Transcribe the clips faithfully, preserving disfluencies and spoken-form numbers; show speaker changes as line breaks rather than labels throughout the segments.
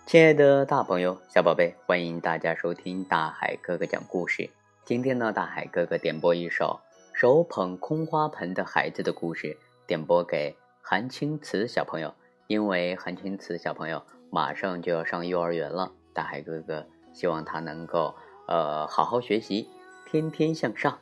亲爱的大朋友小宝贝，欢迎大家收听大海哥哥讲故事。今天呢，大海哥哥点播一首手捧空花盆的孩子的故事，点播给韩青慈小朋友。因为韩青慈小朋友马上就要上幼儿园了，大海哥哥希望他能够呃好好学习，天天向上。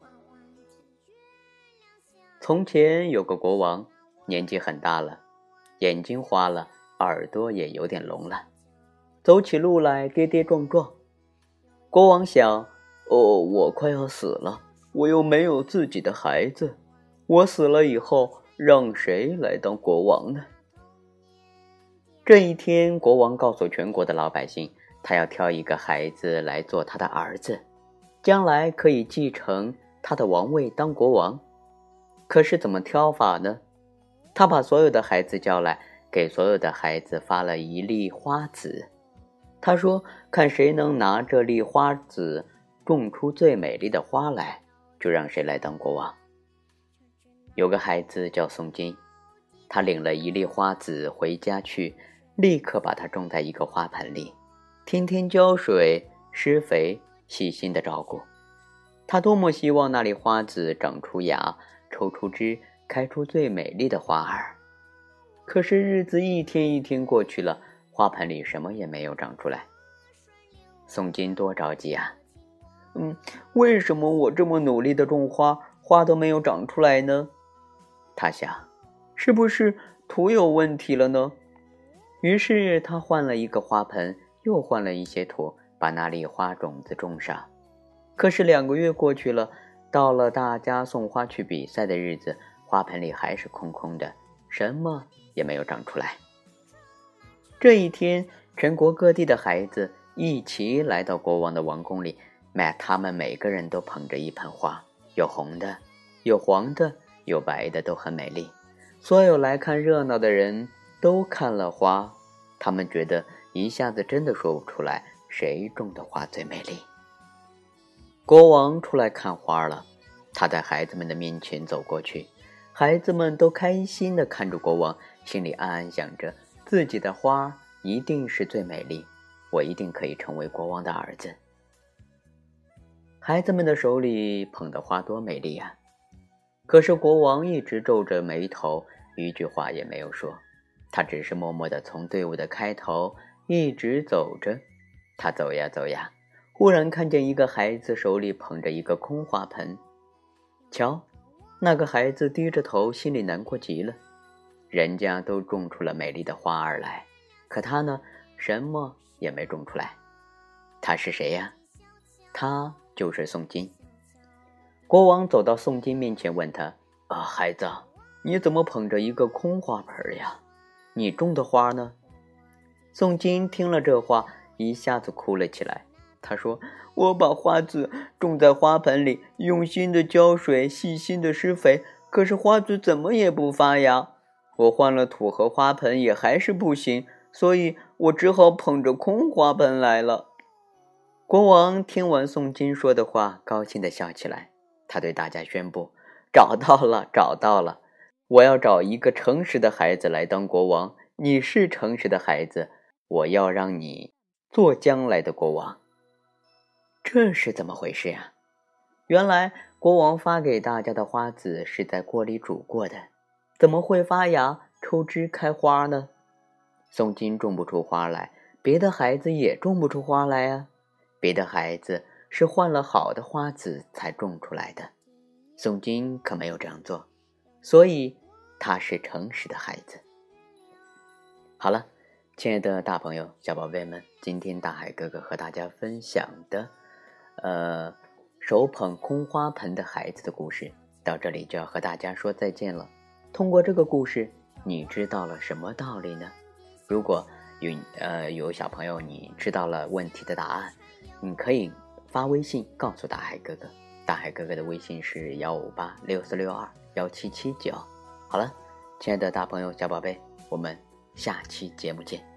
从前有个国王，年纪很大了，眼睛花了，耳朵也有点聋了，走起路来跌跌撞撞。国王想，哦，我快要死了，我又没有自己的孩子，我死了以后让谁来当国王呢？这一天，国王告诉全国的老百姓，他要挑一个孩子来做他的儿子，将来可以继承他的王位当国王。可是怎么挑法呢？他把所有的孩子叫来，给所有的孩子发了一粒花籽。他说，看谁能拿这粒花籽种出最美丽的花来，就让谁来当国王。有个孩子叫宋金，他领了一粒花籽回家去，立刻把它种在一个花盆里，天天浇水施肥，细心的照顾。他多么希望那粒花籽长出芽，抽出枝，开出最美丽的花儿。可是日子一天一天过去了，花盆里什么也没有长出来。宋金多着急啊！嗯，为什么我这么努力的种花，花都没有长出来呢？他想，是不是土有问题了呢？于是他换了一个花盆，又换了一些土，把那粒花种子种上。可是两个月过去了，到了大家送花去比赛的日子，花盆里还是空空的，什么也没有长出来。这一天，全国各地的孩子一起来到国王的王宫里，他们每个人都捧着一盆花，有红的，有黄的，有白的，都很美丽。所有来看热闹的人都看了花，他们觉得一下子真的说不出来谁种的花最美丽。国王出来看花了，他在孩子们的面前走过去，孩子们都开心地看着国王，心里暗暗想着，自己的花一定是最美丽，我一定可以成为国王的儿子。孩子们的手里捧的花多美丽啊！可是国王一直皱着眉头，一句话也没有说，他只是默默地从队伍的开头一直走着。他走呀走呀，忽然看见一个孩子手里捧着一个空花盆。瞧，那个孩子低着头，心里难过极了。人家都种出了美丽的花儿来，可他呢，什么也没种出来。他是谁呀？他就是宋金。国王走到宋金面前问他，啊，孩子，你怎么捧着一个空花盆呀？你种的花呢？宋金听了这话，一下子哭了起来。他说，我把花籽种在花盆里，用心的浇水，细心的施肥，可是花籽怎么也不发芽。我换了土和花盆也还是不行，所以我只好捧着空花盆来了。国王听完宋金说的话，高兴地笑起来。他对大家宣布，找到了，找到了，我要找一个诚实的孩子来当国王。你是诚实的孩子，我要让你做将来的国王。这是怎么回事呀？原来国王发给大家的花籽是在锅里煮过的，怎么会发芽抽枝开花呢？宋金种不出花来，别的孩子也种不出花来啊。别的孩子是换了好的花籽才种出来的，宋金可没有这样做，所以他是诚实的孩子。好了，亲爱的大朋友小宝贝们，今天大海哥哥和大家分享的呃，手捧空花盆的孩子的故事到这里就要和大家说再见了。通过这个故事，你知道了什么道理呢？如果有呃有小朋友你知道了问题的答案，你可以发微信告诉大海哥哥，大海哥哥的微信是幺五八六四六二幺七七九。好了，亲爱的大朋友小宝贝，我们下期节目见。